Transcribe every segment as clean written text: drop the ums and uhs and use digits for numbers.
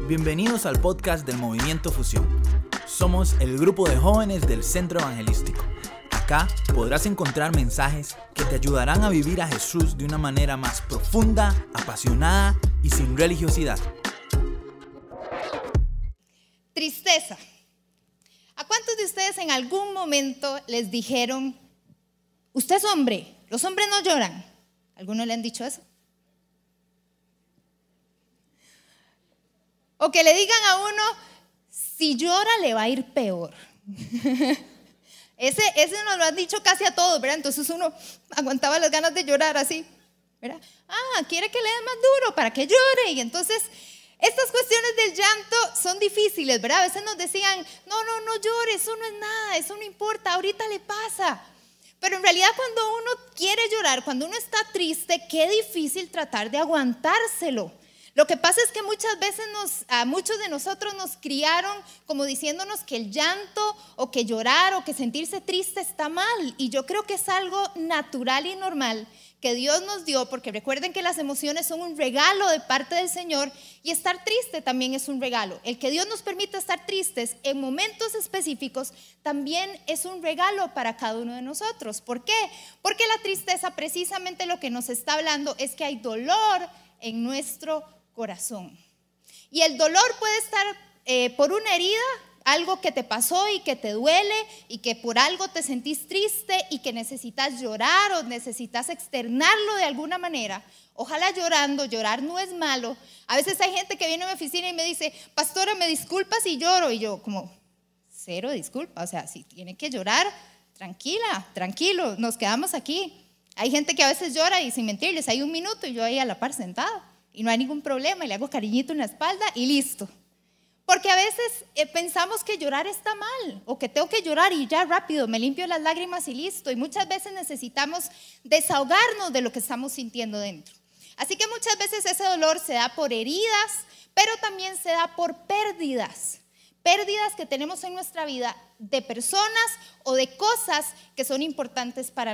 Bienvenidos al podcast del Movimiento Fusión. Somos el grupo de jóvenes del Centro Evangelístico. Acá podrás encontrar mensajes que te ayudarán a vivir a Jesús de una manera más profunda, apasionada y sin religiosidad. Tristeza. ¿A cuántos de ustedes en algún momento les dijeron, usted es hombre, los hombres no lloran? ¿Algunos le han dicho eso? O que le digan a uno, si llora le va a ir peor. Ese nos lo han dicho casi a todos, ¿verdad? Entonces uno aguantaba las ganas de llorar así, ¿verdad? Quiere que le dé más duro para que llore. Y entonces estas cuestiones del llanto son difíciles, ¿verdad? A veces nos decían, no llore, eso no es nada, eso no importa, ahorita le pasa. Pero en realidad cuando uno quiere llorar, cuando uno está triste, qué difícil tratar de aguantárselo. Lo que pasa es que muchas veces a muchos de nosotros nos criaron como diciéndonos que el llanto o que llorar o que sentirse triste está mal. Y yo creo que es algo natural y normal que Dios nos dio, porque recuerden que las emociones son un regalo de parte del Señor y estar triste también es un regalo. El que Dios nos permita estar tristes en momentos específicos también es un regalo para cada uno de nosotros. ¿Por qué? Porque la tristeza precisamente lo que nos está hablando es que hay dolor en nuestro corazón. Y el dolor puede estar por una herida, algo que te pasó y que te duele y que por algo te sentís triste y que necesitas llorar o necesitas externarlo de alguna manera. Ojalá llorando, llorar no es malo. A veces hay gente que viene a mi oficina y me dice, pastora, ¿me disculpas si lloro? Y yo como, cero disculpa, o sea, si tiene que llorar, tranquila, tranquilo, nos quedamos aquí. Hay gente que a veces llora y sin mentirles, hay un minuto y yo ahí a la par sentada. Y no hay ningún problema, y le hago cariñito en la espalda y listo. Porque a veces pensamos que llorar está mal, o que tengo que llorar y ya rápido me limpio las lágrimas y listo. Y muchas veces necesitamos desahogarnos de lo que estamos sintiendo dentro. Así que muchas veces ese dolor se da por heridas, pero también se da por pérdidas. Pérdidas que tenemos en nuestra vida de personas o de cosas que son importantes para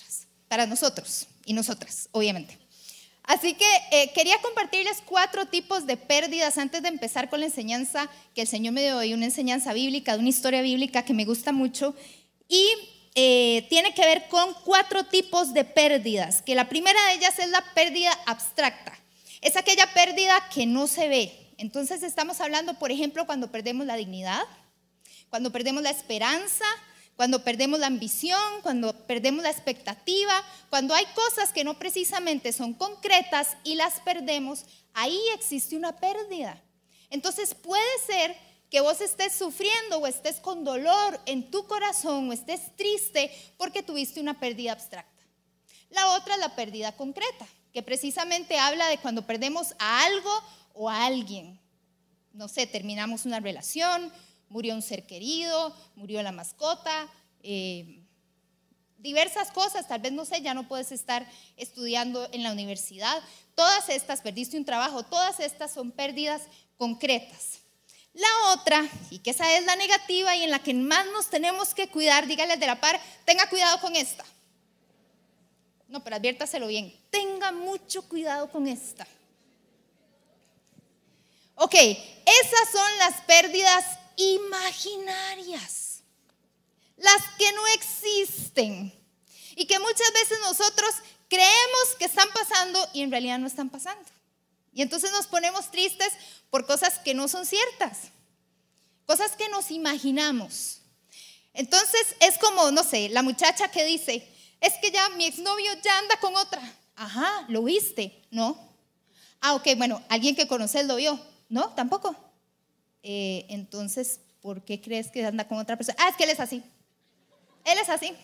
nosotros y nosotras, obviamente. Así que quería compartirles 4 tipos de pérdidas antes de empezar con la enseñanza que el Señor me dio hoy, una enseñanza bíblica, de una historia bíblica que me gusta mucho y tiene que ver con 4 tipos de pérdidas, que la primera de ellas es la pérdida abstracta, es aquella pérdida que no se ve. Entonces estamos hablando, por ejemplo, cuando perdemos la dignidad, cuando perdemos la esperanza, cuando perdemos la ambición, cuando perdemos la expectativa, cuando hay cosas que no precisamente son concretas y las perdemos, ahí existe una pérdida. Entonces puede ser que vos estés sufriendo o estés con dolor en tu corazón o estés triste porque tuviste una pérdida abstracta. La otra es la pérdida concreta, que precisamente habla de cuando perdemos a algo o a alguien. No sé, terminamos una relación, murió un ser querido, murió la mascota, diversas cosas, tal vez no sé, ya no puedes estar estudiando en la universidad. Todas estas, perdiste un trabajo, todas estas son pérdidas concretas. La otra, y que esa es la negativa y en la que más nos tenemos que cuidar, dígale al de la par, tenga cuidado con esta. No, pero adviértaselo bien, tenga mucho cuidado con esta. Ok, esas son las pérdidas imaginarias, las que no existen y que muchas veces nosotros creemos que están pasando y en realidad no están pasando. Y entonces nos ponemos tristes por cosas que no son ciertas, cosas que nos imaginamos. Entonces es como, no sé, la muchacha que dice, es que ya mi exnovio ya anda con otra. Ajá, ¿lo viste? No. Ok, bueno, ¿alguien que conoces lo vio? No, tampoco. Entonces, ¿por qué crees que anda con otra persona? Es que él es así. Él es así.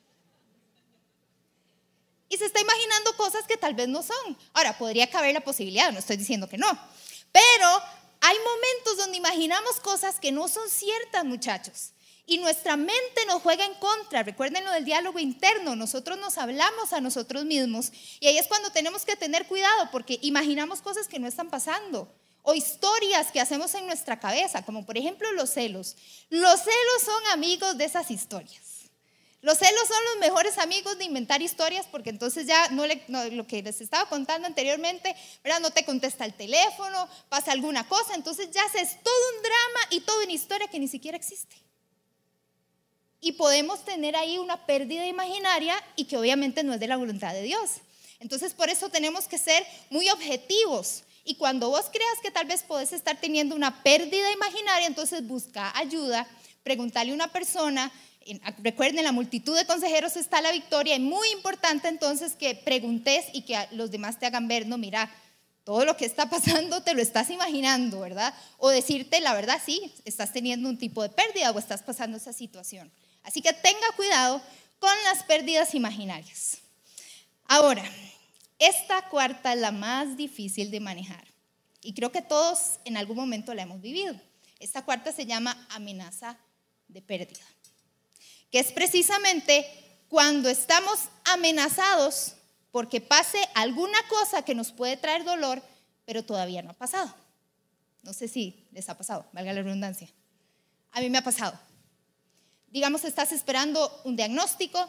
Y se está imaginando cosas que tal vez no son. Ahora, podría caber la posibilidad, no estoy diciendo que no. Pero hay momentos donde imaginamos cosas que no son ciertas, muchachos. Y nuestra mente nos juega en contra. Recuerden lo del diálogo interno. Nosotros nos hablamos a nosotros mismos. Y ahí es cuando tenemos que tener cuidado porque imaginamos cosas que no están pasando. O historias que hacemos en nuestra cabeza, como por ejemplo los celos. Los celos son amigos de esas historias. Los celos son los mejores amigos de inventar historias, porque entonces ya lo que les estaba contando anteriormente, ¿verdad? No te contesta el teléfono, pasa alguna cosa, entonces ya es todo un drama y toda una historia que ni siquiera existe. Y podemos tener ahí una pérdida imaginaria y que obviamente no es de la voluntad de Dios. Entonces por eso tenemos que ser muy objetivos. Y cuando vos creas que tal vez podés estar teniendo una pérdida imaginaria, entonces busca ayuda, preguntarle a una persona. Recuerden, en la multitud de consejeros está la victoria. Es muy importante entonces que preguntes y que los demás te hagan ver, no, mira, todo lo que está pasando te lo estás imaginando, ¿verdad? O decirte la verdad, sí, estás teniendo un tipo de pérdida o estás pasando esa situación. Así que tenga cuidado con las pérdidas imaginarias. Ahora, esta cuarta es la más difícil de manejar y creo que todos en algún momento la hemos vivido. Esta cuarta se llama amenaza de pérdida, que es precisamente cuando estamos amenazados porque pase alguna cosa que nos puede traer dolor, pero todavía no ha pasado. No sé si les ha pasado, valga la redundancia. A mí me ha pasado. Digamos, estás esperando un diagnóstico,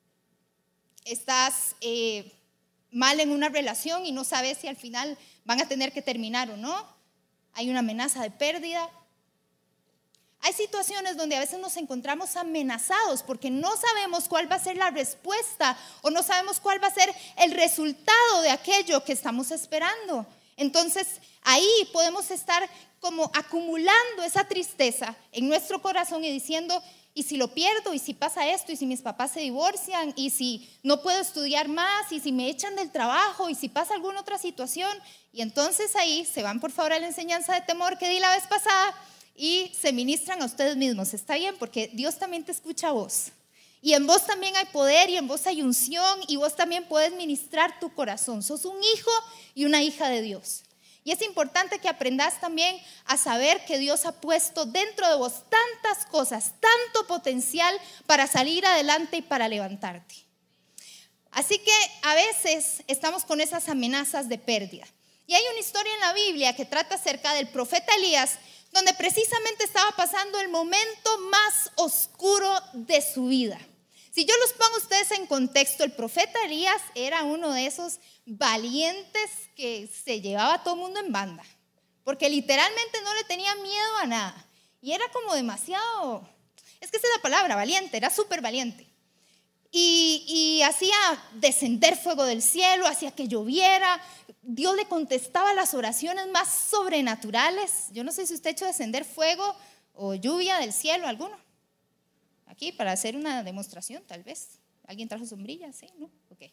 estás mal en una relación y no sabes si al final van a tener que terminar o no. Hay una amenaza de pérdida. Hay situaciones donde a veces nos encontramos amenazados porque no sabemos cuál va a ser la respuesta o no sabemos cuál va a ser el resultado de aquello que estamos esperando. Entonces ahí podemos estar como acumulando esa tristeza en nuestro corazón y diciendo, ¿y si lo pierdo? ¿Y si pasa esto? ¿Y si mis papás se divorcian? ¿Y si no puedo estudiar más? ¿Y si me echan del trabajo? ¿Y si pasa alguna otra situación? Y entonces ahí se van por favor a la enseñanza de temor que di la vez pasada y se ministran a ustedes mismos. Está bien, porque Dios también te escucha a vos. Y en vos también hay poder y en vos hay unción y vos también puedes ministrar tu corazón. Sos un hijo y una hija de Dios. Y es importante que aprendas también a saber que Dios ha puesto dentro de vos tantas cosas, tanto potencial para salir adelante y para levantarte. Así que a veces estamos con esas amenazas de pérdida. Y hay una historia en la Biblia que trata acerca del profeta Elías, donde precisamente estaba pasando el momento más oscuro de su vida. Si yo los pongo a ustedes en contexto, el profeta Elías era uno de esos valientes que se llevaba a todo el mundo en banda, porque literalmente no le tenía miedo a nada. Y era como demasiado, es que esa es la palabra, valiente, era súper valiente. Y hacía descender fuego del cielo, hacía que lloviera. Dios le contestaba las oraciones más sobrenaturales. Yo no sé si usted ha hecho descender fuego o lluvia del cielo, alguno. Aquí para hacer una demostración, tal vez. ¿Alguien trajo sombrilla? ¿Sí? ¿No? Ok.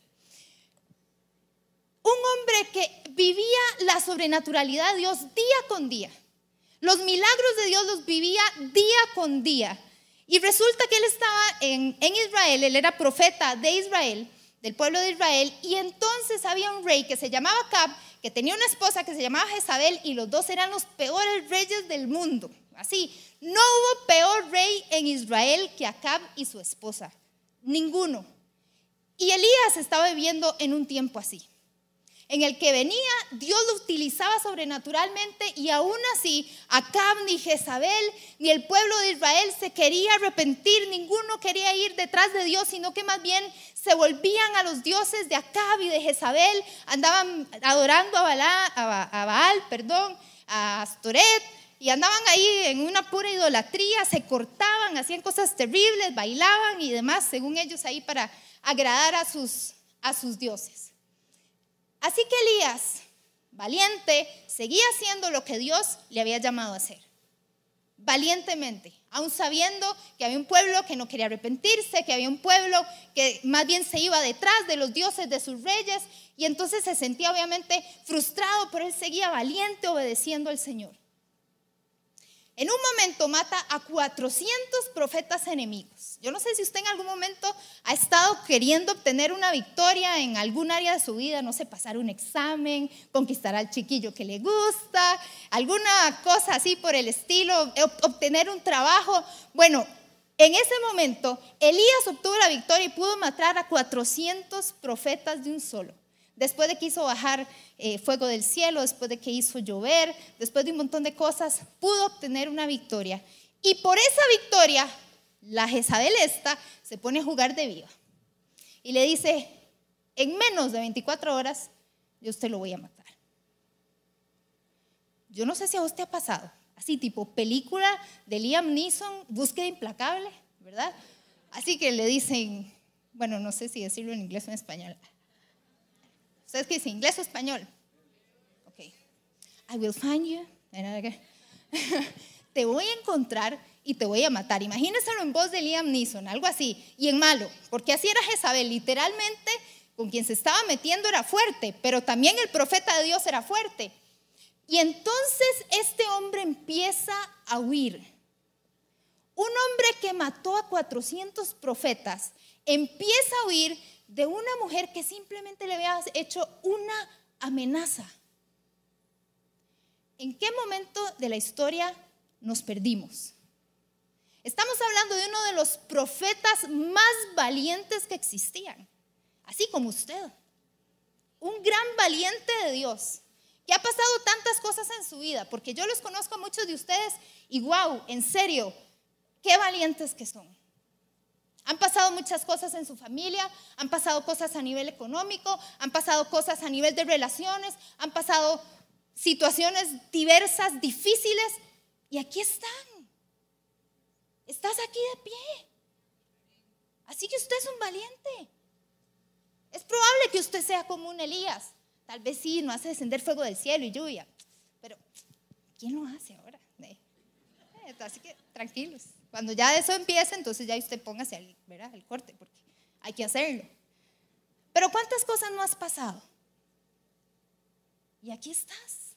Un hombre que vivía la sobrenaturalidad de Dios día con día. Los milagros de Dios los vivía día con día. Y resulta que él estaba en Israel, él era profeta de Israel, del pueblo de Israel, y entonces había un rey que se llamaba Acab, que tenía una esposa que se llamaba Jezabel, y los dos eran los peores reyes del mundo. Así, no hubo peor rey en Israel que Acab y su esposa, ninguno. Y Elías estaba viviendo en un tiempo así, en el que venía, Dios lo utilizaba sobrenaturalmente y aún así Acab ni Jezabel ni el pueblo de Israel se quería arrepentir, ninguno quería ir detrás de Dios, sino que más bien se volvían a los dioses de Acab y de Jezabel, andaban adorando a Baal, a Astoret, y andaban ahí en una pura idolatría, se cortaban, hacían cosas terribles, bailaban y demás, según ellos ahí para agradar a sus dioses. Así que Elías, valiente, seguía haciendo lo que Dios le había llamado a hacer. Valientemente, aún sabiendo que había un pueblo que no quería arrepentirse, que había un pueblo que más bien se iba detrás de los dioses de sus reyes, y entonces se sentía obviamente frustrado, pero él seguía valiente obedeciendo al Señor. En un momento mata a 400 profetas enemigos. Yo no sé si usted en algún momento ha estado queriendo obtener una victoria en algún área de su vida, no sé, pasar un examen, conquistar al chiquillo que le gusta, alguna cosa así por el estilo, obtener un trabajo. Bueno, en ese momento Elías obtuvo la victoria y pudo matar a 400 profetas de un solo. Después de que hizo bajar fuego del cielo, después de que hizo llover, después de un montón de cosas, pudo obtener una victoria. Y por esa victoria la Jezabel esta se pone a jugar de viva y le dice, en menos de 24 horas yo a usted lo voy a matar. Yo no sé si a vos te ha pasado, así tipo película de Liam Neeson, Búsqueda Implacable, ¿verdad? Así que le dicen, bueno, no sé si decirlo en inglés o en español. ¿Ustedes qué dicen? ¿Inglés o español? Ok. I will find you. Te voy a encontrar y te voy a matar. Imagínenselo en voz de Liam Neeson, algo así. Y en malo, porque así era Jezabel. Literalmente, con quien se estaba metiendo era fuerte, pero también el profeta de Dios era fuerte. Y entonces este hombre empieza a huir. Un hombre que mató a 400 profetas empieza a huir de una mujer que simplemente le había hecho una amenaza. ¿En qué momento de la historia nos perdimos? Estamos hablando de uno de los profetas más valientes que existían, así como usted. Un gran valiente de Dios, que ha pasado tantas cosas en su vida, porque yo los conozco a muchos de ustedes y wow, en serio, qué valientes que son. Han pasado muchas cosas en su familia, han pasado cosas a nivel económico, han pasado cosas a nivel de relaciones, han pasado situaciones diversas, difíciles, y aquí están. Estás aquí de pie. Así que usted es un valiente. Es probable que usted sea como un Elías. Tal vez sí, no hace descender fuego del cielo y lluvia, pero ¿quién lo hace ahora? Así que tranquilos. Cuando ya eso empiece, entonces ya usted póngase al corte, porque hay que hacerlo. Pero ¿cuántas cosas no has pasado? Y aquí estás.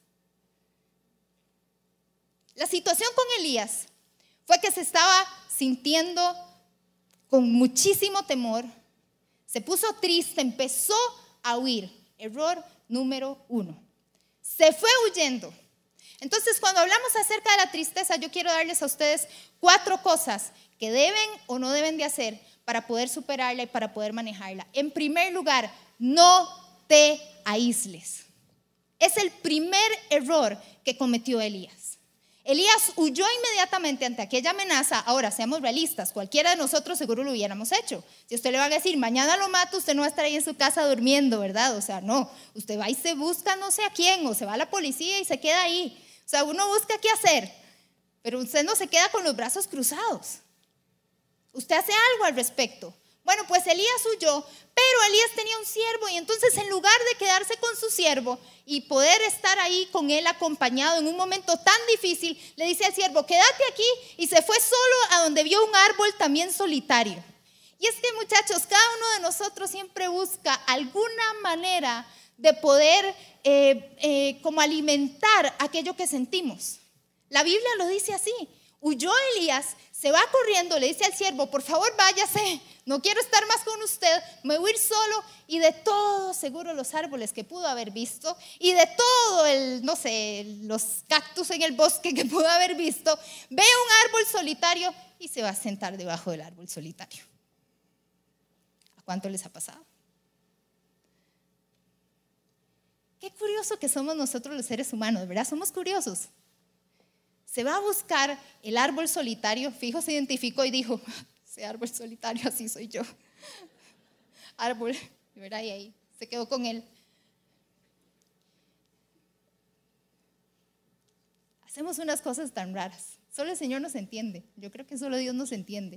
La situación con Elías fue que se estaba sintiendo con muchísimo temor, se puso triste, empezó a huir. Error número 1. Se fue huyendo. Entonces, cuando hablamos acerca de la tristeza, yo quiero darles a ustedes 4 cosas que deben o no deben de hacer para poder superarla y para poder manejarla. En primer lugar, no te aísles. Es el primer error que cometió Elías. Elías huyó inmediatamente ante aquella amenaza. Ahora, seamos realistas, cualquiera de nosotros seguro lo hubiéramos hecho. Si usted le va a decir, mañana lo mato, usted no va a estar ahí en su casa durmiendo, ¿verdad? O sea, no, usted va y se busca no sé a quién, o se va a la policía y se queda ahí. O sea, uno busca qué hacer, pero usted no se queda con los brazos cruzados. Usted hace algo al respecto. Bueno, pues Elías huyó, pero Elías tenía un siervo y entonces en lugar de quedarse con su siervo y poder estar ahí con él acompañado en un momento tan difícil, le dice al siervo, quédate aquí, y se fue solo a donde vio un árbol también solitario. Y es que, muchachos, cada uno de nosotros siempre busca alguna manera de poder como alimentar aquello que sentimos. La Biblia lo dice así. Huyó Elías, se va corriendo, le dice al siervo, por favor váyase, no quiero estar más con usted, me voy a ir solo. Y de todos seguro los árboles que pudo haber visto y de todo los cactus en el bosque que pudo haber visto, ve un árbol solitario y se va a sentar debajo del árbol solitario. ¿A cuánto les ha pasado? Qué curioso que somos nosotros los seres humanos, ¿verdad? Somos curiosos. Se va a buscar el árbol solitario, fijo, se identificó y dijo, ese árbol solitario, así soy yo. Árbol, ¿verdad? Y ahí se quedó con él. Hacemos unas cosas tan raras. Solo el Señor nos entiende. Yo creo que solo Dios nos entiende.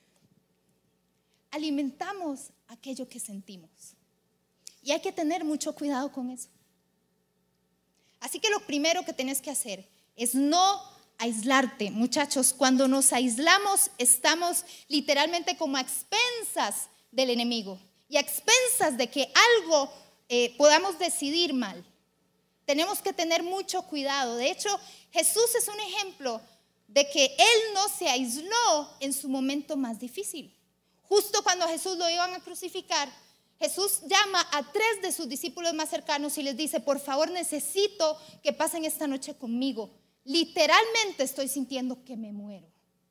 Alimentamos aquello que sentimos. Y hay que tener mucho cuidado con eso. Así que lo primero que tienes que hacer es no aislarte. Muchachos, cuando nos aislamos estamos literalmente como a expensas del enemigo y a expensas de que algo podamos decidir mal. Tenemos que tener mucho cuidado. De hecho, Jesús es un ejemplo de que Él no se aisló en su momento más difícil. Justo cuando a Jesús lo iban a crucificar, Jesús llama a 3 de sus discípulos más cercanos y les dice, por favor, necesito que pasen esta noche conmigo. Literalmente estoy sintiendo que me muero.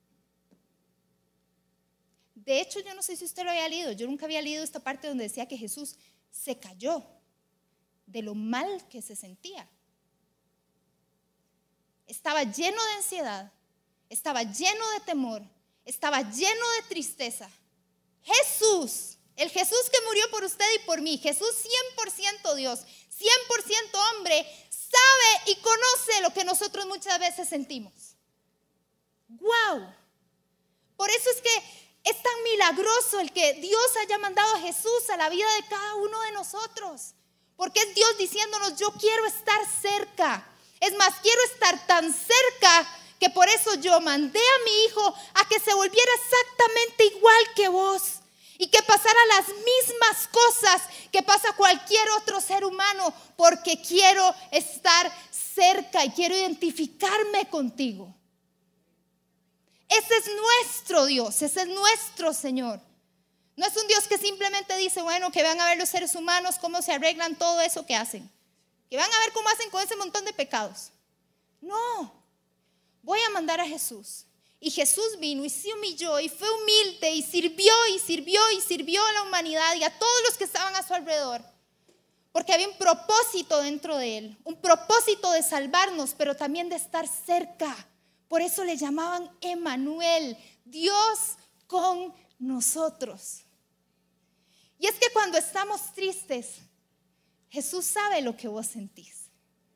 De hecho, yo no sé si usted lo había leído. Yo nunca había leído esta parte donde decía que Jesús se cayó de lo mal que se sentía. Estaba lleno de ansiedad, estaba lleno de temor, estaba lleno de tristeza. Jesús, el Jesús que murió por usted y por mí, Jesús 100% Dios, 100% hombre, sabe y conoce lo que nosotros muchas veces sentimos. ¡Wow! Por eso es que es tan milagroso el que Dios haya mandado a Jesús a la vida de cada uno de nosotros. Porque es Dios diciéndonos, yo quiero estar cerca. Es más, quiero estar tan cerca que por eso yo mandé a mi hijo a que se volviera exactamente igual que vos. Y que pasara las mismas cosas que pasa cualquier otro ser humano. Porque quiero estar cerca y quiero identificarme contigo. Ese es nuestro Dios, ese es nuestro Señor. No es un Dios que simplemente dice, bueno, que van a ver los seres humanos cómo se arreglan todo eso que hacen. Que van a ver cómo hacen con ese montón de pecados. No, voy a mandar a Jesús. Y Jesús vino y se humilló y fue humilde y sirvió a la humanidad y a todos los que estaban a su alrededor. Porque había un propósito dentro de él, un propósito de salvarnos, pero también de estar cerca. Por eso le llamaban Emmanuel, Dios con nosotros. Y es que cuando estamos tristes, Jesús sabe lo que vos sentís.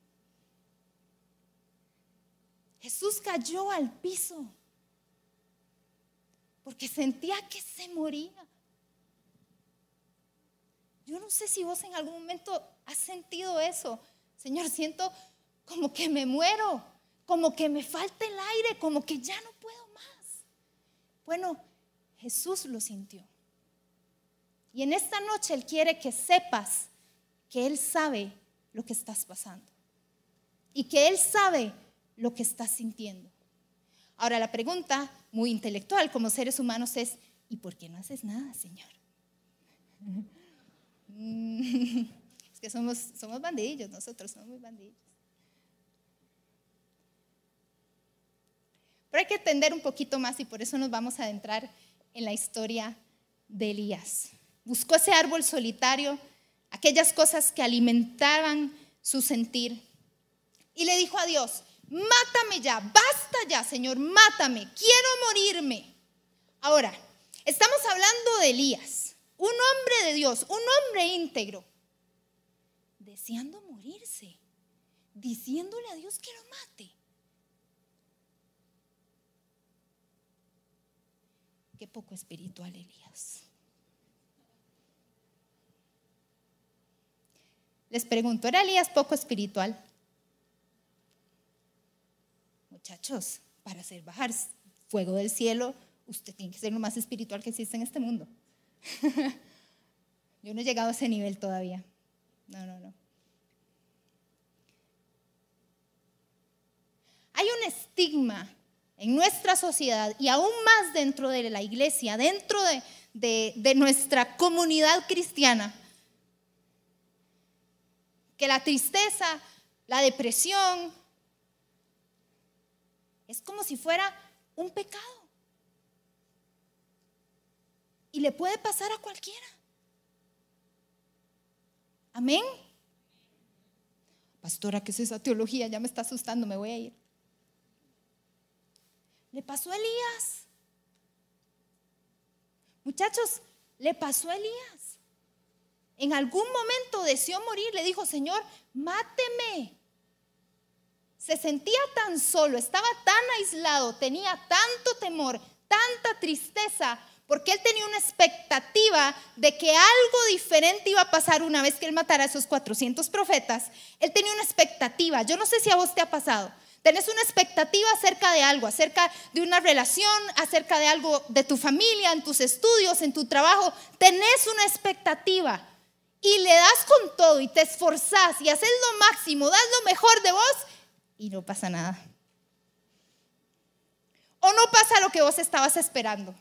Jesús cayó al piso porque sentía que se moría. Yo no sé si vos en algún momento has sentido eso. Señor, siento como que me muero. Como que me falta el aire, como que ya no puedo más. Bueno, Jesús lo sintió. Y en esta noche Él quiere que sepas que Él sabe lo que estás pasando. Y que Él sabe lo que estás sintiendo. Ahora la pregunta muy intelectual como seres humanos es, ¿y por qué no haces nada, Señor? Es que somos bandidillos, nosotros somos muy bandidillos. Pero hay que entender un poquito más y por eso nos vamos a adentrar en la historia de Elías. Buscó ese árbol solitario, aquellas cosas que alimentaban su sentir. Y le dijo a Dios, mátame ya, basta ya, Señor, mátame, quiero morirme. Ahora, estamos hablando de Elías, un hombre de Dios, un hombre íntegro, deseando morirse, diciéndole a Dios que lo mate. Qué poco espiritual Elías. Les pregunto, ¿era Elías poco espiritual? Muchachos, para hacer bajar fuego del cielo, usted tiene que ser lo más espiritual que existe en este mundo. Yo no he llegado a ese nivel todavía. No. Hay un estigma en nuestra sociedad y aún más dentro de la iglesia, dentro de nuestra comunidad cristiana, que la tristeza, la depresión, es como si fuera un pecado. Y le puede pasar a cualquiera. Amén. Pastora, ¿qué es esa teología? Ya me está asustando, me voy a ir. Le pasó a Elías. Muchachos, le pasó a Elías. En algún momento deseó morir, le dijo, Señor, máteme. Se sentía tan solo, estaba tan aislado, tenía tanto temor, tanta tristeza, porque él tenía una expectativa de que algo diferente iba a pasar una vez que él matara a esos 400 profetas. Él tenía una expectativa. Yo no sé si a vos te ha pasado. Tenés una expectativa acerca de algo, acerca de una relación, acerca de algo de tu familia, en tus estudios, en tu trabajo. Tenés una expectativa y le das con todo y te esforzás y haces lo máximo, das lo mejor de vos y no pasa nada. O no pasa lo que vos estabas esperando.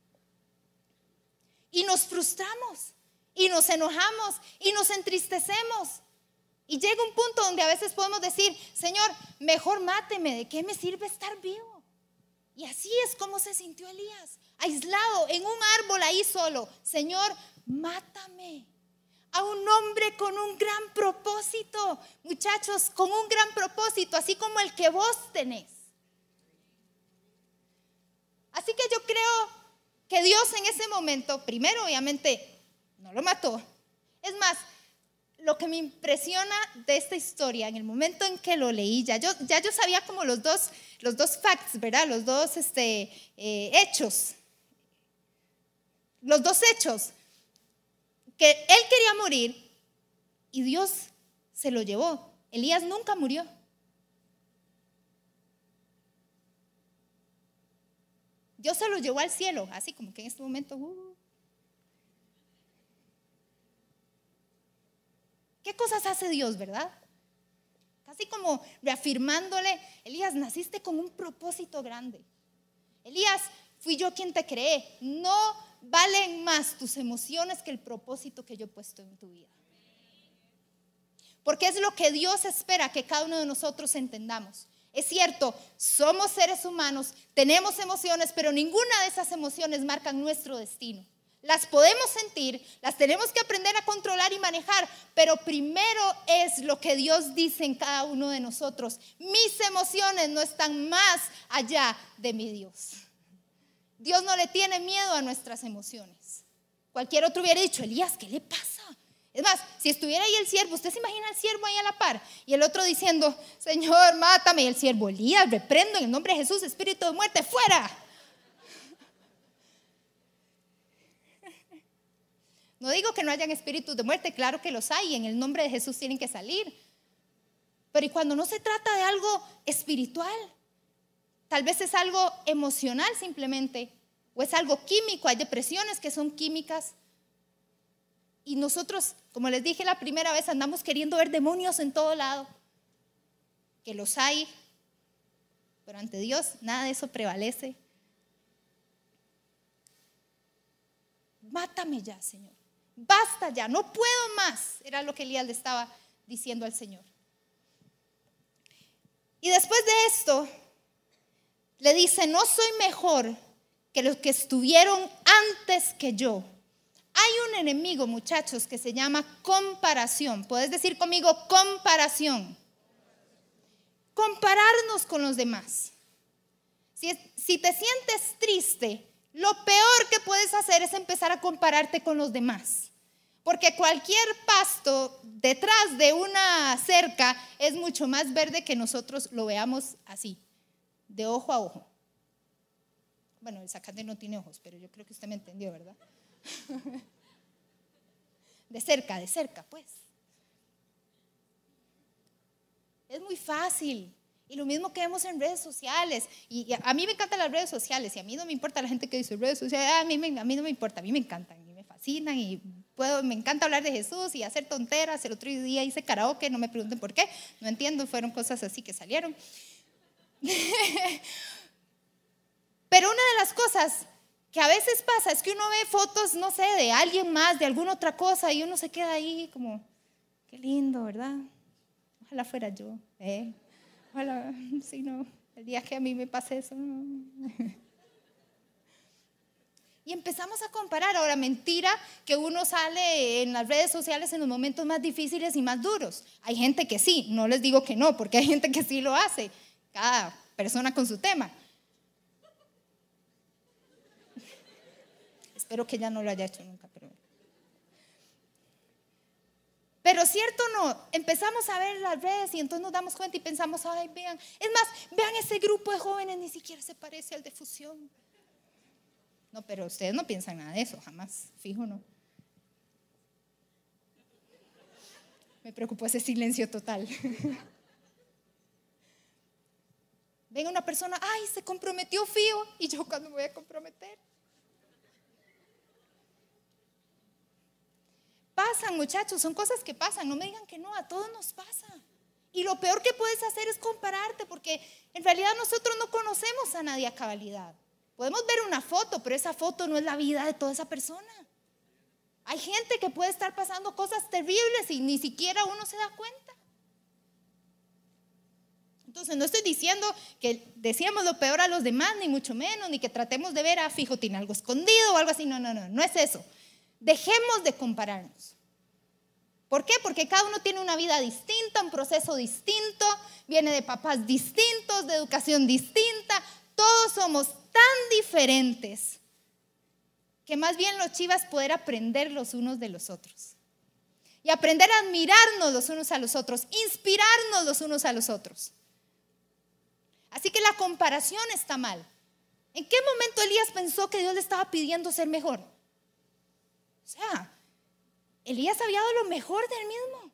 Y nos frustramos y nos enojamos y nos entristecemos. Y llega un punto donde a veces podemos decir, Señor, mejor máteme, ¿de qué me sirve estar vivo? Y así es como se sintió Elías, aislado en un árbol ahí solo. Señor, mátame. A un hombre con un gran propósito, muchachos, con un gran propósito, así como el que vos tenés. Así que yo creo creo que Dios en ese momento, primero obviamente no lo mató. Es más, lo que me impresiona de esta historia, en el momento en que lo leí, ya yo sabía como los dos facts, ¿verdad? Los dos hechos. Los dos hechos. Que él quería morir y Dios se lo llevó. Elías nunca murió. Dios se lo llevó al cielo, así como que en este momento. ¿Qué cosas hace Dios, verdad? Casi como reafirmándole, Elías, naciste con un propósito grande. Elías, fui yo quien te creé. No valen más tus emociones que el propósito que yo he puesto en tu vida. Porque es lo que Dios espera que cada uno de nosotros entendamos. Es cierto, somos seres humanos, tenemos emociones, pero ninguna de esas emociones marcan nuestro destino. Las podemos sentir, las tenemos que aprender a controlar y manejar, pero primero es lo que Dios dice en cada uno de nosotros. Mis emociones no están más allá de mi Dios. Dios no le tiene miedo a nuestras emociones. Cualquier otro hubiera dicho, Elías, ¿qué le pasa? Es más, si estuviera ahí el siervo, usted se imagina al siervo ahí a la par y el otro diciendo, Señor, mátame. Y el siervo, Elías, reprendo en el nombre de Jesús, espíritu de muerte, fuera. No digo que no hayan espíritus de muerte, claro que los hay, en el nombre de Jesús tienen que salir. Pero ¿y cuando no se trata de algo espiritual? Tal vez es algo emocional simplemente, o es algo químico, hay depresiones que son químicas. Y nosotros, como les dije la primera vez, andamos queriendo ver demonios en todo lado, que los hay, pero ante Dios nada de eso prevalece. Mátame ya, Señor. Basta ya, no puedo más. Era lo que Elías le estaba diciendo al Señor. Y después de esto, le dice, no soy mejor que los que estuvieron antes que yo. Hay un enemigo, muchachos, que se llama comparación. ¿Puedes decir conmigo comparación? Compararnos con los demás. Si te sientes triste, lo peor que puedes hacer es empezar a compararte con los demás. Porque cualquier pasto detrás de una cerca es mucho más verde que nosotros lo veamos así, de ojo a ojo. Bueno, el zacate no tiene ojos, pero yo creo que usted me entendió, ¿verdad? De cerca, pues. Es muy fácil. Y lo mismo que vemos en redes sociales. Y a mí me encantan las redes sociales. Y a mí no me importa la gente que dice redes sociales. A mí no me importa. A mí me encantan y me fascinan. Y me encanta hablar de Jesús y hacer tonteras. El otro día hice karaoke. No me pregunten por qué. No entiendo. Fueron cosas así que salieron. Pero una de las cosas que a veces pasa es que uno ve fotos, no sé, de alguien más, de alguna otra cosa, y uno se queda ahí como, qué lindo, ¿verdad? Ojalá fuera yo, ojalá, si no, el día que a mí me pase eso. Y empezamos a comparar. Ahora, mentira que uno sale en las redes sociales en los momentos más difíciles y más duros. Hay gente que sí, no les digo que no, porque hay gente que sí lo hace, cada persona con su tema. Espero que ella no lo haya hecho nunca, pero cierto o no, empezamos a ver las redes y entonces nos damos cuenta y pensamos, ay, vean, es más, vean ese grupo de jóvenes, ni siquiera se parece al de Fusión. No, pero ustedes no piensan nada de eso, jamás, fijo, no. Me preocupó ese silencio total. Ven una persona, ay, se comprometió Fío, y yo, ¿cuándo me voy a comprometer? Pasan, muchachos, son cosas que pasan, no me digan que no, a todos nos pasa. Y lo peor que puedes hacer es compararte, porque en realidad nosotros no conocemos a nadie a cabalidad. Podemos ver una foto, pero esa foto no es la vida de toda esa persona. Hay gente que puede estar pasando cosas terribles y ni siquiera uno se da cuenta. Entonces no estoy diciendo que decíamos lo peor a los demás, ni mucho menos, ni que tratemos de ver a fijo, tiene algo escondido o algo así. No es eso. Dejemos de compararnos. ¿Por qué? Porque cada uno tiene una vida distinta, un proceso distinto, viene de papás distintos, de educación distinta. Todos somos tan diferentes que más bien lo chiva es poder aprender los unos de los otros. Y aprender a admirarnos los unos a los otros, inspirarnos los unos a los otros. Así que la comparación está mal. ¿En qué momento Elías pensó que Dios le estaba pidiendo ser mejor? O sea, Elías había dado lo mejor del mismo.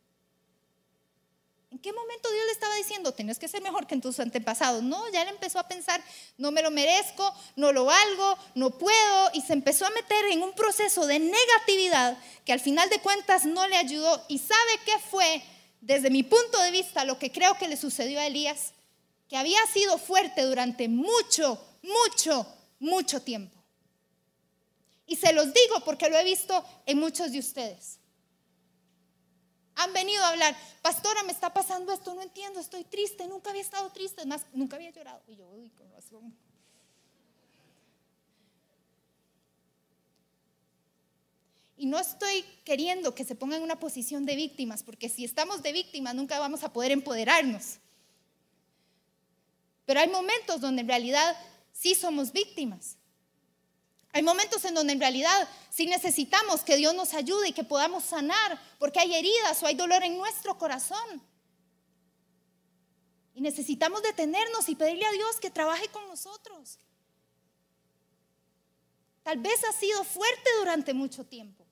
¿En qué momento Dios le estaba diciendo, tenés que ser mejor que en tus antepasados? No, ya él empezó a pensar, no me lo merezco, no lo valgo, no puedo. Y se empezó a meter en un proceso de negatividad que al final de cuentas no le ayudó. ¿Y sabe qué fue, desde mi punto de vista, lo que creo que le sucedió a Elías? Que había sido fuerte durante mucho tiempo. Y se los digo porque lo he visto en muchos de ustedes. Han venido a hablar, pastora, me está pasando esto, no entiendo, estoy triste, nunca había estado triste, es más, nunca había llorado. Y yo, uy, con razón. Y no estoy queriendo que se pongan en una posición de víctimas, porque si estamos de víctimas nunca vamos a poder empoderarnos. Pero hay momentos donde en realidad sí somos víctimas. Hay momentos en donde en realidad sí necesitamos que Dios nos ayude y que podamos sanar, porque hay heridas o hay dolor en nuestro corazón. Y necesitamos detenernos y pedirle a Dios que trabaje con nosotros. Tal vez ha sido fuerte durante mucho tiempo,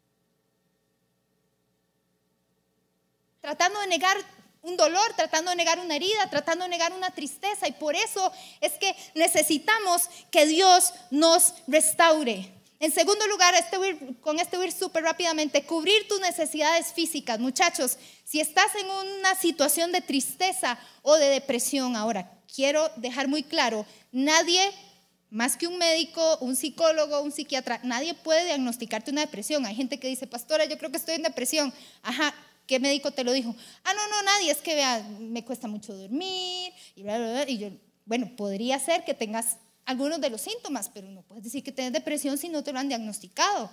tratando de negar un dolor, tratando de negar una herida, tratando de negar una tristeza. Y por eso es que necesitamos que Dios nos restaure. En segundo lugar, con esto voy a ir súper rápidamente, cubrir tus necesidades físicas. Muchachos, si estás en una situación de tristeza o de depresión, ahora quiero dejar muy claro, nadie más que un médico, un psicólogo, un psiquiatra, nadie puede diagnosticarte una depresión. Hay gente que dice, pastora, yo creo que estoy en depresión. Ajá, ¿qué médico te lo dijo? No, nadie, es que vea, me cuesta mucho dormir y bla, bla, bla. Y yo, bueno, podría ser que tengas algunos de los síntomas, pero no puedes decir que tienes depresión si no te lo han diagnosticado.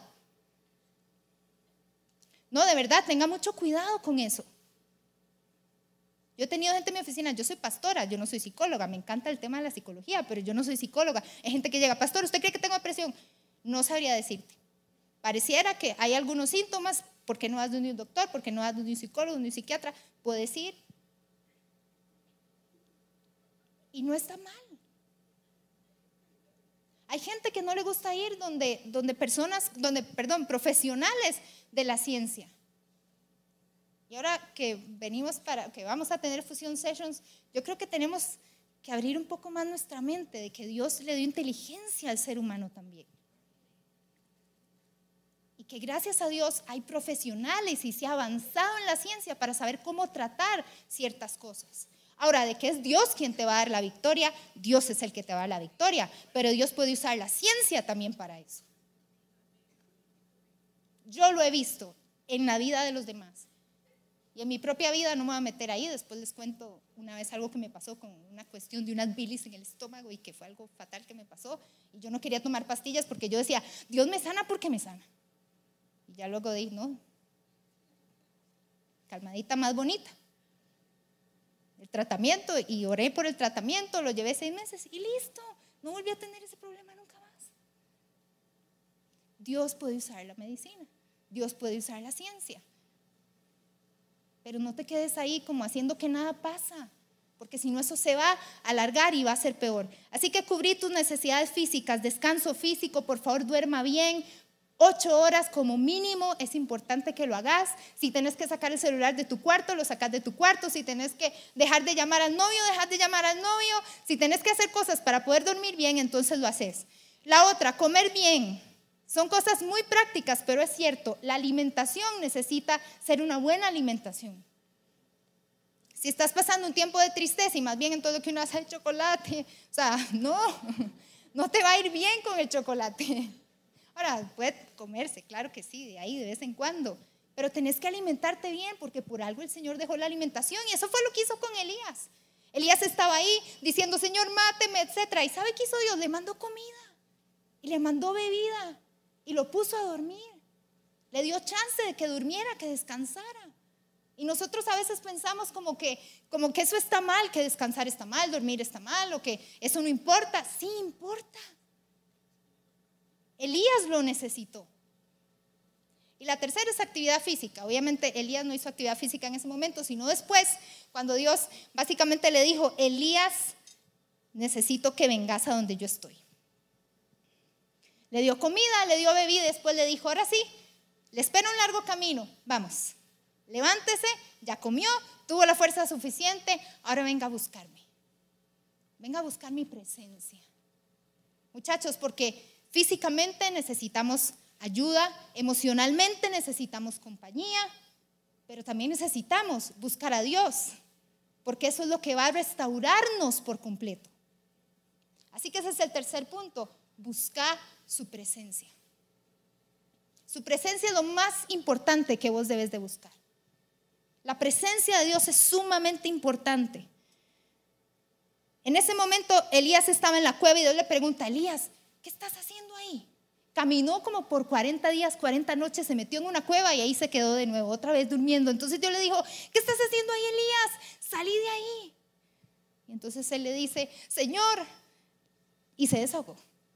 No, de verdad, tenga mucho cuidado con eso. Yo he tenido gente en mi oficina, yo soy pastora, yo no soy psicóloga, me encanta el tema de la psicología, pero yo no soy psicóloga. Hay gente que llega, pastor, ¿usted cree que tengo depresión? No sabría decirte. Pareciera que hay algunos síntomas, ¿por qué no vas donde un doctor? ¿Por qué no vas donde un psicólogo, donde un psiquiatra? Puedes ir. Y no está mal. Hay gente que no le gusta ir donde profesionales de la ciencia. Y ahora que vamos a tener Fusion Sessions, yo creo que tenemos que abrir un poco más nuestra mente de que Dios le dio inteligencia al ser humano también. Y que gracias a Dios hay profesionales y se ha avanzado en la ciencia para saber cómo tratar ciertas cosas. Ahora, de que es Dios quien te va a dar la victoria, Dios es el que te va a dar la victoria, pero Dios puede usar la ciencia también para eso. Yo lo he visto en la vida de los demás. Y en mi propia vida no me voy a meter ahí, después les cuento una vez algo que me pasó con una cuestión de unas bilis en el estómago y que fue algo fatal que me pasó. Y yo no quería tomar pastillas porque yo decía, Dios me sana porque me sana. Y ya luego dije, no, calmadita más bonita. El tratamiento, y oré por el tratamiento, lo llevé 6 meses y listo, no volví a tener ese problema nunca más. Dios puede usar la medicina, Dios puede usar la ciencia, pero no te quedes ahí como haciendo que nada pasa, porque si no eso se va a alargar y va a ser peor. Así que cubrir tus necesidades físicas, descanso físico, por favor duerma bien, 8 horas como mínimo, es importante que lo hagas. Si tenés que sacar el celular de tu cuarto, lo sacas de tu cuarto. Si tenés que dejar de llamar al novio, dejas de llamar al novio. Si tenés que hacer cosas para poder dormir bien, entonces lo haces. La otra, comer bien. Son cosas muy prácticas, pero es cierto, la alimentación necesita ser una buena alimentación. Si estás pasando un tiempo de tristeza y más bien en todo lo que uno hace el chocolate, o sea, no te va a ir bien con el chocolate. Ahora, puede comerse, claro que sí, de ahí de vez en cuando, pero tenés que alimentarte bien porque por algo el Señor dejó la alimentación y eso fue lo que hizo con Elías. Elías estaba ahí diciendo, Señor, máteme, etc. ¿Y sabe qué hizo Dios? Le mandó comida y le mandó bebida y lo puso a dormir. Le dio chance de que durmiera, que descansara. Y nosotros a veces pensamos como que eso está mal, que descansar está mal, dormir está mal, o que eso no importa. Sí importa. Elías lo necesitó. Y la tercera es actividad física. Obviamente Elías no hizo actividad física en ese momento, sino después, cuando Dios básicamente le dijo: Elías, necesito que vengas a donde yo estoy. Le dio comida, le dio bebida, después le dijo: ahora sí, le espera un largo camino, vamos, levántese, ya comió, tuvo la fuerza suficiente, ahora venga a buscarme. Venga a buscar mi presencia. Muchachos, porque físicamente necesitamos ayuda, emocionalmente necesitamos compañía, pero también necesitamos buscar a Dios, porque eso es lo que va a restaurarnos por completo. Así que ese es el tercer punto: buscar su presencia. Su presencia es lo más importante que vos debes de buscar. La presencia de Dios es sumamente importante. En ese momento Elías estaba en la cueva y Dios le pregunta: Elías, ¿qué estás haciendo ahí? Caminó como por 40 días, 40 noches, se metió en una cueva y ahí se quedó de nuevo, otra vez durmiendo. Entonces Dios le dijo: ¿qué estás haciendo ahí, Elías? Salí de ahí. Y entonces él le dice: Señor, y se desahogó.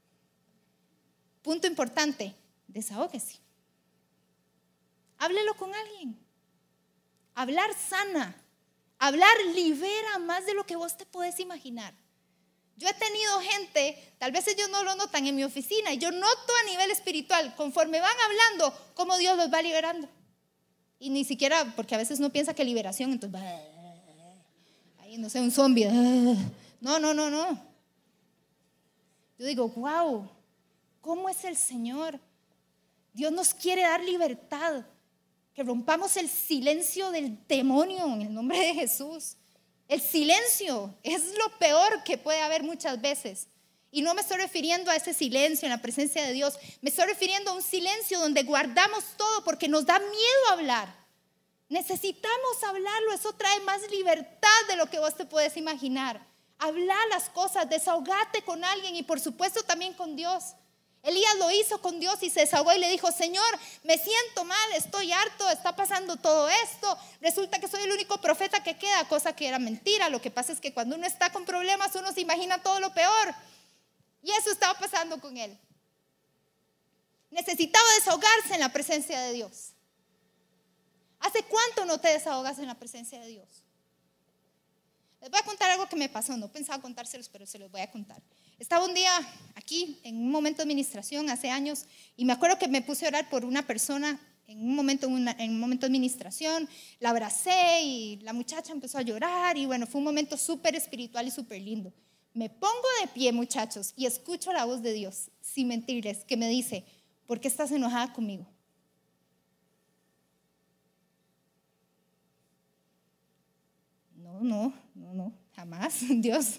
Punto importante: desahógese. Háblelo con alguien. Hablar sana. Hablar libera más de lo que vos te podés imaginar. Yo he tenido gente, tal vez ellos no lo notan en mi oficina, y yo noto a nivel espiritual, conforme van hablando, cómo Dios los va liberando. Y ni siquiera, porque a veces uno piensa que liberación, entonces va, ahí no sé, un zombie. No. Yo digo: wow, ¿cómo es el Señor? Dios nos quiere dar libertad, que rompamos el silencio del demonio en el nombre de Jesús. El silencio es lo peor que puede haber muchas veces. Y no me estoy refiriendo a ese silencio en la presencia de Dios. Me estoy refiriendo a un silencio donde guardamos todo porque nos da miedo hablar. Necesitamos hablarlo. Eso trae más libertad de lo que vos te puedes imaginar. Habla las cosas, desahogate con alguien y por supuesto también con Dios. Elías lo hizo con Dios y se desahogó y le dijo: Señor, me siento mal, estoy harto, está pasando todo esto. Resulta que soy el único profeta que queda, cosa que era mentira. Lo que pasa es que cuando uno está con problemas, uno se imagina todo lo peor. Y eso estaba pasando con él. Necesitaba desahogarse en la presencia de Dios. ¿Hace cuánto no te desahogas en la presencia de Dios? Les voy a contar algo que me pasó. No pensaba contárselos, pero se los voy a contar. Estaba un día aquí en un momento de administración hace años y me acuerdo que me puse a orar por una persona en un momento de administración. La abracé y la muchacha empezó a llorar y bueno, fue un momento súper espiritual y súper lindo. Me pongo de pie, muchachos, y escucho la voz de Dios, sin mentirles, que me dice: ¿por qué estás enojada conmigo? No, jamás, Dios.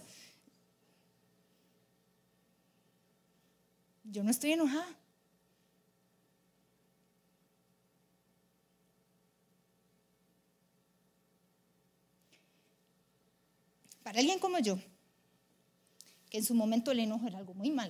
Yo no estoy enojada. Para alguien como yo, que en su momento el enojo era algo muy malo,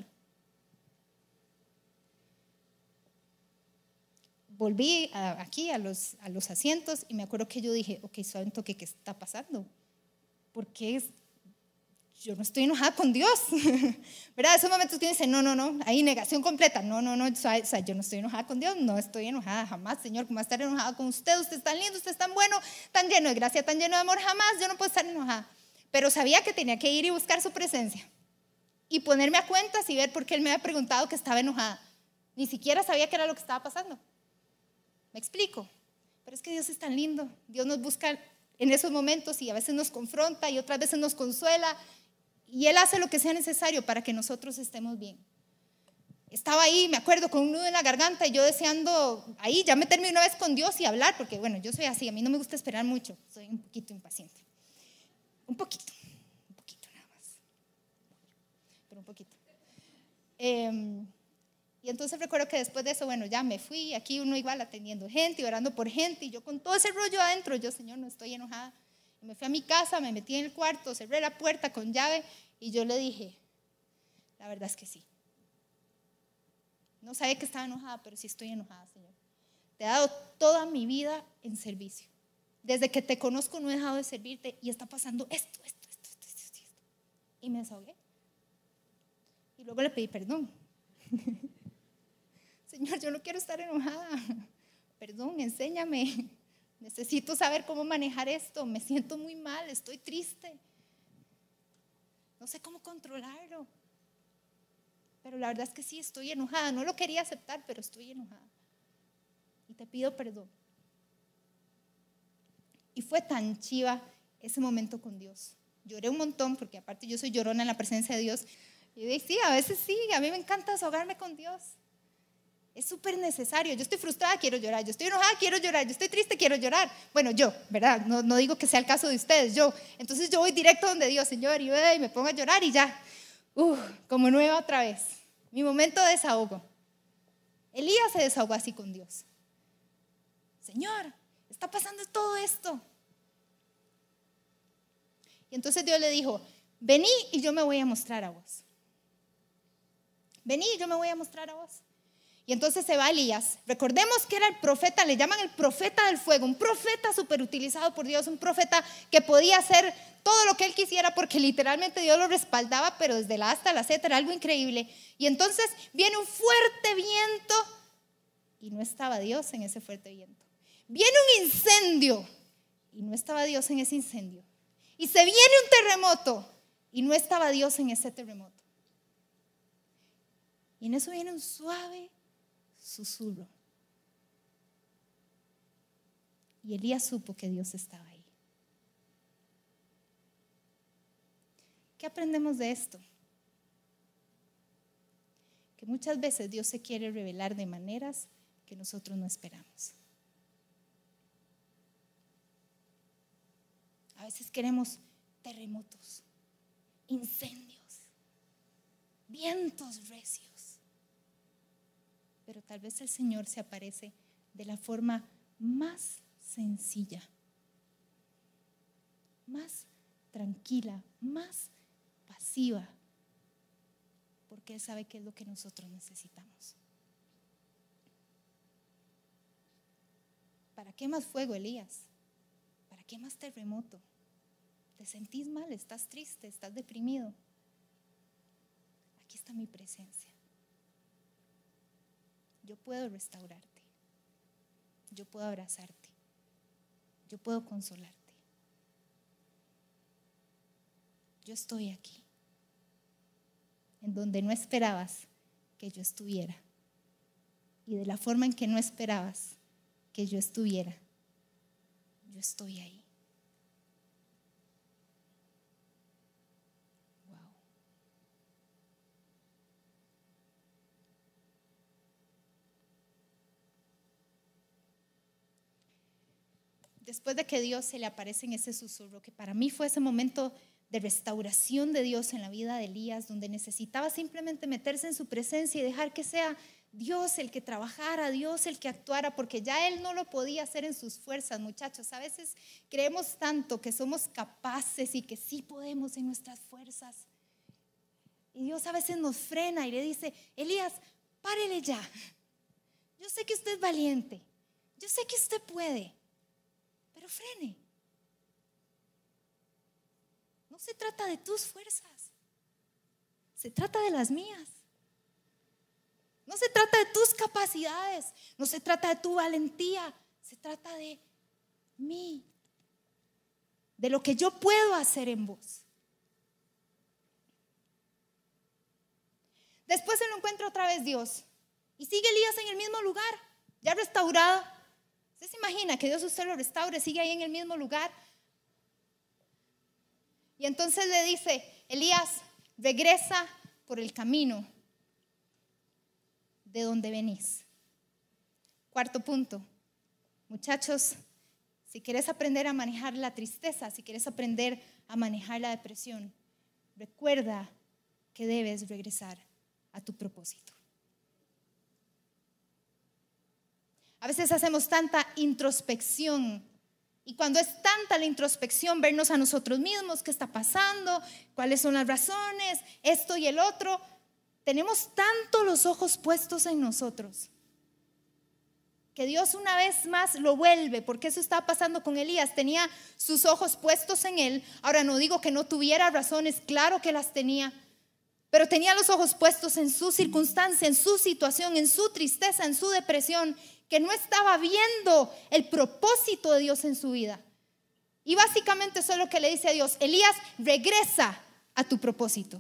volví aquí a los asientos y me acuerdo que yo dije: ok, suave un toque, ¿qué está pasando? Porque yo no estoy enojada con Dios, ¿verdad? Esos momentos que uno dice: no, ahí negación completa, no, o sea, yo no estoy enojada con Dios, no estoy enojada jamás, Señor. ¿Cómo va a estar enojada con usted? Usted es tan lindo, usted es tan bueno, tan lleno de gracia, tan lleno de amor, jamás yo no puedo estar enojada. Pero sabía que tenía que ir y buscar su presencia y ponerme a cuentas y ver por qué Él me había preguntado que estaba enojada. Ni siquiera sabía qué era lo que estaba pasando. ¿Me explico? Pero es que Dios es tan lindo. Dios nos busca en esos momentos y a veces nos confronta y otras veces nos consuela. Y Él hace lo que sea necesario para que nosotros estemos bien. Estaba ahí, me acuerdo, con un nudo en la garganta y yo deseando ahí ya meterme una vez con Dios y hablar, porque bueno, yo soy así, a mí no me gusta esperar mucho, soy un poquito impaciente. Un poquito nada más, pero un poquito. Y entonces recuerdo que después de eso, bueno, ya me fui, aquí uno igual atendiendo gente y orando por gente, y yo con todo ese rollo adentro, yo: Señor, no estoy enojada. Y me fui a mi casa, me metí en el cuarto, cerré la puerta con llave y yo le dije: la verdad es que sí. No sabía que estaba enojada, pero sí estoy enojada, Señor. Te he dado toda mi vida en servicio. desde que te conozco no he dejado de servirte y está pasando esto. Y me desahogué. Y luego le pedí perdón. Señor, yo no quiero estar enojada. Perdón, enséñame. Necesito saber cómo manejar esto. Me siento muy mal, estoy triste. No sé cómo controlarlo. Pero la verdad es que sí, estoy enojada. No lo quería aceptar, pero estoy enojada. Y te pido perdón. Y fue tan chiva ese momento con Dios. Lloré un montón, porque aparte yo soy llorona en la presencia de Dios. Y dije, sí, a veces sí, a mí me encanta desahogarme con Dios. Es súper necesario. Yo estoy frustrada, quiero llorar. Yo estoy enojada, quiero llorar. Yo estoy triste, quiero llorar. Bueno, yo, ¿verdad? No digo que sea el caso de ustedes, yo. Entonces yo voy directo donde Dios, Señor, y me pongo a llorar y ya. Como nueva otra vez. Mi momento de desahogo. Elías se desahogó así con Dios. Señor, está pasando todo esto. Y entonces Dios le dijo, vení y yo me voy a mostrar a vos. Vení y yo me voy a mostrar a vos. Y entonces se va Elías. Recordemos que era el profeta, le llaman el profeta del fuego, un profeta súper utilizado por Dios, un profeta que podía hacer todo lo que él quisiera porque literalmente Dios lo respaldaba, pero desde la A hasta la Z era algo increíble. Y entonces viene un fuerte viento y no estaba Dios en ese fuerte viento. Viene un incendio y no estaba Dios en ese incendio. Y se viene un terremoto y no estaba Dios en ese terremoto. Y en eso viene un suave susurro. Y Elías supo que Dios estaba ahí. ¿Qué aprendemos de esto? Que muchas veces Dios se quiere revelar de maneras que nosotros no esperamos. A veces queremos terremotos, incendios, vientos recios. Pero tal vez el Señor se aparece de la forma más sencilla, más tranquila, más pasiva, porque Él sabe qué es lo que nosotros necesitamos. ¿Para qué más fuego, Elías? ¿Para qué más terremoto? ¿Te sentís mal? ¿Estás triste? ¿Estás deprimido? Aquí está mi presencia. Yo puedo restaurarte. Yo puedo abrazarte. Yo puedo consolarte. Yo estoy aquí, en donde no esperabas que yo estuviera. Y de la forma en que no esperabas que yo estuviera, yo estoy ahí. Wow. Después de que Dios se le aparece en ese susurro, que para mí fue ese momento de restauración de Dios en la vida de Elías, donde necesitaba simplemente meterse en su presencia y dejar que sea Dios el que trabajara, Dios el que actuara, porque ya él no lo podía hacer en sus fuerzas, muchachos. A veces creemos tanto que somos capaces y que sí podemos en nuestras fuerzas. Y Dios a veces nos frena y le dice, Elías, párele ya. Yo sé que usted es valiente, yo sé que usted puede, pero frene. No se trata de tus fuerzas, se trata de las mías. No se trata de tus capacidades, no se trata de tu valentía, se trata de mí, de lo que yo puedo hacer en vos. Después se lo encuentra otra vez Dios y sigue Elías en el mismo lugar, ya restaurado. ¿Usted se imagina que Dios usted lo restaure, sigue ahí en el mismo lugar? Y entonces le dice, Elías, regresa por el camino de donde venís. Cuarto punto, muchachos, si quieres aprender a manejar la tristeza, si quieres aprender a manejar la depresión, recuerda que debes regresar a tu propósito. A veces hacemos tanta introspección y cuando es tanta la introspección, vernos a nosotros mismos, qué está pasando, cuáles son las razones, esto y el otro, tenemos tanto los ojos puestos en nosotros que Dios una vez más lo vuelve, porque eso estaba pasando con Elías. Tenía sus ojos puestos en él. Ahora no digo que no tuviera razones, claro que las tenía, pero tenía los ojos puestos en su circunstancia, en su situación, en su tristeza, en su depresión, que no estaba viendo el propósito de Dios en su vida. Y básicamente eso es lo que le dice a Dios: Elías, regresa a tu propósito.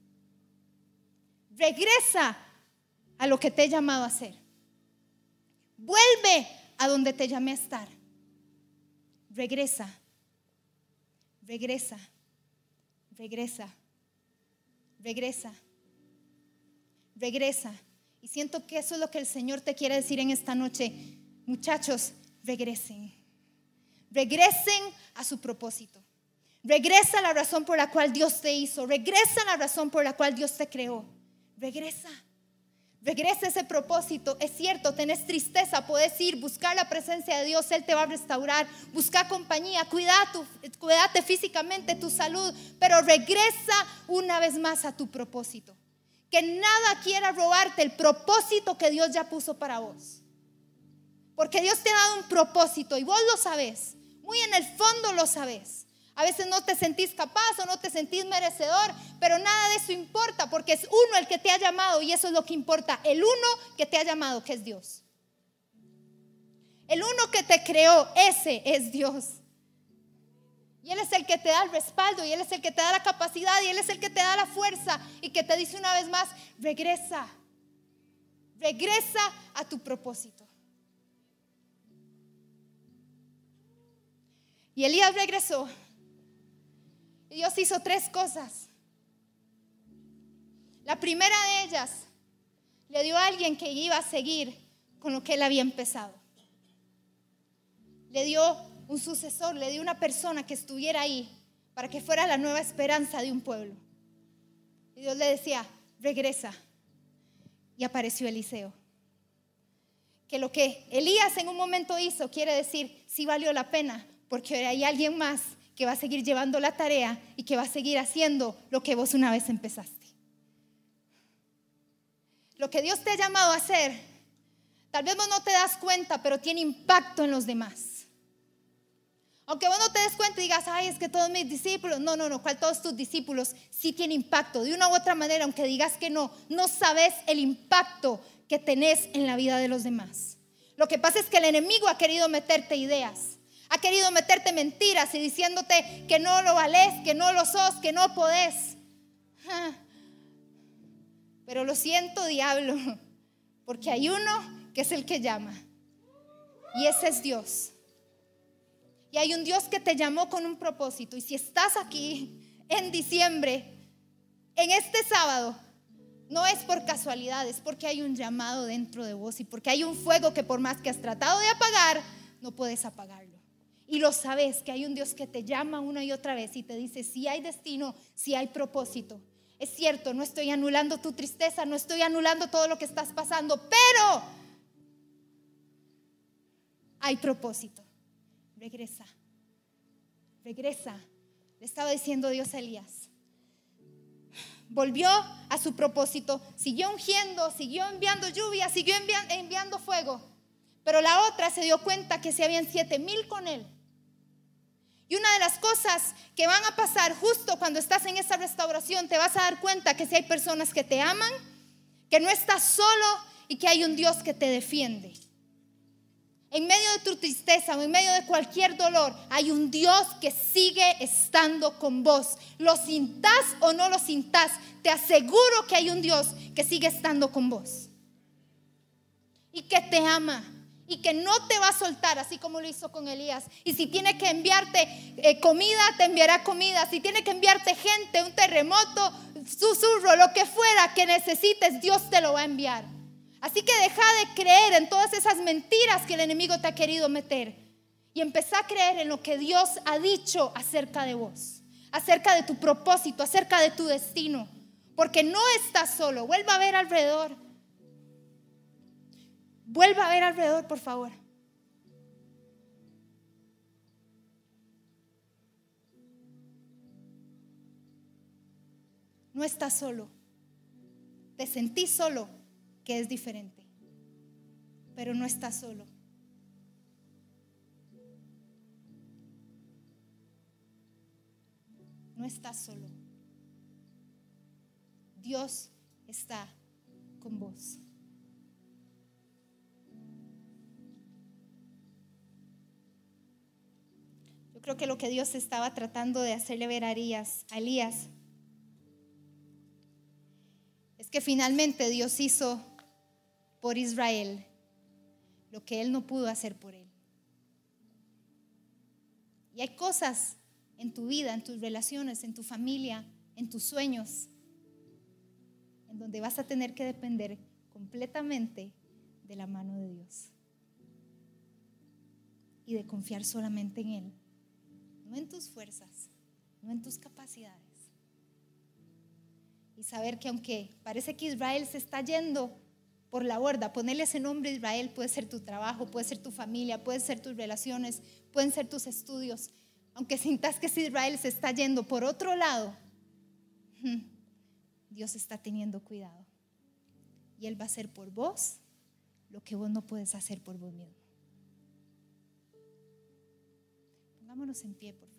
Regresa a lo que te he llamado a hacer. Vuelve a donde te llamé a estar. Regresa, regresa, regresa, regresa, regresa. Y siento que eso es lo que el Señor te quiere decir en esta noche. Muchachos, regresen. Regresen a su propósito. Regresa a la razón por la cual Dios te hizo. Regresa a la razón por la cual Dios te creó. Regresa. Regresa a ese propósito. Es cierto, tenés tristeza, puedes ir, buscar la presencia de Dios, Él te va a restaurar. Busca compañía, cuídate físicamente, tu salud, pero regresa una vez más a tu propósito. Que nada quiera robarte el propósito que Dios ya puso para vos. Porque Dios te ha dado un propósito y vos lo sabés. Muy en el fondo lo sabés. A veces no te sentís capaz o no te sentís merecedor, pero nada de eso importa, porque es uno el que te ha llamado y eso es lo que importa. El uno que te ha llamado, que es Dios. El uno que te creó, ese es Dios. Y Él es el que te da el respaldo, y Él es el que te da la capacidad, y Él es el que te da la fuerza, y que te dice una vez más: regresa. Regresa a tu propósito. Y Elías regresó. Y Dios hizo 3 cosas. La primera de ellas, le dio a alguien que iba a seguir con lo que él había empezado. Le dio un sucesor, le dio una persona que estuviera ahí para que fuera la nueva esperanza de un pueblo. Y Dios le decía: regresa. Y apareció Eliseo. Que lo que Elías en un momento hizo quiere decir, sí valió la pena, porque hay alguien más que va a seguir llevando la tarea y que va a seguir haciendo lo que vos una vez empezaste. Lo que Dios te ha llamado a hacer, tal vez vos no te das cuenta, pero tiene impacto en los demás. Aunque vos no te des cuenta y digas: ay, es que todos mis discípulos. No, ¿cuál todos tus discípulos? Sí tiene impacto. De una u otra manera, aunque digas que no sabes el impacto que tenés en la vida de los demás. Lo que pasa es que el enemigo ha querido meterte ideas. Ha querido meterte mentiras y diciéndote que no lo valés, que no lo sos, que no podés. Pero lo siento, diablo, porque hay uno que es el que llama. Y ese es Dios. Y hay un Dios que te llamó con un propósito. Y si estás aquí en diciembre, en este sábado, no es por casualidad, es porque hay un llamado dentro de vos y porque hay un fuego que por más que has tratado de apagar, no puedes apagarlo. Y lo sabes, que hay un Dios que te llama una y otra vez y te dice: si hay destino, si hay propósito. Es cierto, no estoy anulando tu tristeza, no estoy anulando todo lo que estás pasando, pero hay propósito. Regresa, regresa. Le estaba diciendo Dios a Elías. Volvió a su propósito, siguió ungiendo, siguió enviando lluvia, siguió enviando fuego. Pero la otra se dio cuenta que se habían 7,000 con él. Y una de las cosas que van a pasar justo cuando estás en esa restauración, te vas a dar cuenta que si hay personas que te aman, que no estás solo y que hay un Dios que te defiende. En medio de tu tristeza o en medio de cualquier dolor, hay un Dios que sigue estando con vos. Lo sintás o no lo sintás, te aseguro que hay un Dios que sigue estando con vos y que te ama. Y que no te va a soltar, así como lo hizo con Elías. Y si tiene que enviarte comida, te enviará comida. Si tiene que enviarte gente, un terremoto, susurro, lo que fuera que necesites, Dios te lo va a enviar. Así que deja de creer en todas esas mentiras que el enemigo te ha querido meter y empezá a creer en lo que Dios ha dicho acerca de vos, acerca de tu propósito, acerca de tu destino. Porque no estás solo. Vuelva a ver alrededor. Vuelva a ver alrededor, por favor. No estás solo. Te sentís solo, que es diferente. Pero no estás solo. no estás solo. Dios está con vos. Yo creo que lo que Dios estaba tratando de hacerle ver a Elías es que finalmente Dios hizo por Israel lo que Él no pudo hacer por él. Y hay cosas en tu vida, en tus relaciones, en tu familia, en tus sueños, en donde vas a tener que depender completamente de la mano de Dios y de confiar solamente en Él, no en tus fuerzas, no en tus capacidades. Y saber que aunque parece que Israel se está yendo por la borda, ponerle ese nombre Israel puede ser tu trabajo, puede ser tu familia, puede ser tus relaciones, pueden ser tus estudios. Aunque sientas que Israel se está yendo por otro lado, Dios está teniendo cuidado. Y Él va a hacer por vos lo que vos no puedes hacer por vos mismo. Pongámonos en pie, por favor.